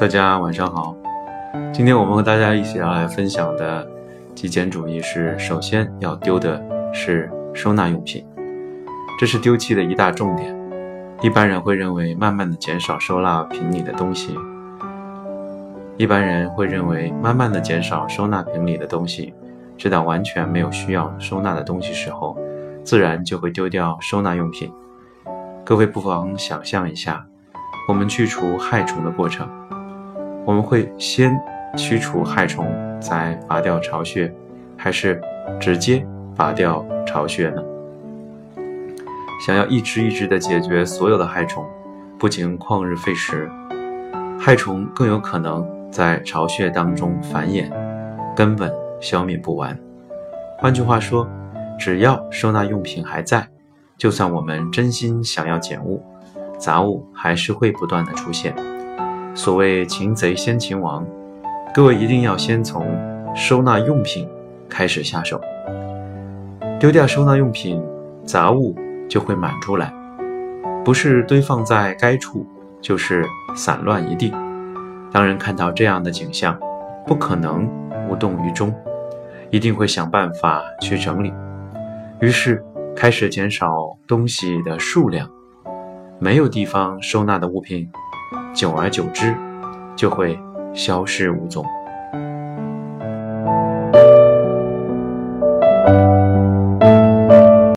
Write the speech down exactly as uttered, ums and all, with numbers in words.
大家晚上好。今天我们和大家一起要来分享的极简主义是，首先要丢的是收纳用品，这是丢弃的一大重点。一般人会认为慢慢的减少收纳瓶里的东西，一般人会认为慢慢的减少收纳瓶里的东西，直到完全没有需要收纳的东西时候，自然就会丢掉收纳用品。各位不妨想象一下，我们去除害虫的过程，我们会先驱除害虫，再拔掉巢穴，还是直接拔掉巢穴呢？想要一只一只地解决所有的害虫，不仅旷日费时，害虫更有可能在巢穴当中繁衍，根本消灭不完。换句话说，只要收纳用品还在，就算我们真心想要减物，杂物还是会不断的出现。所谓擒贼先擒王，各位一定要先从收纳用品开始下手。丢掉收纳用品，杂物就会满出来，不是堆放在该处，就是散乱一地。当人看到这样的景象，不可能无动于衷，一定会想办法去整理。于是开始减少东西的数量，没有地方收纳的物品，久而久之就会消失无踪。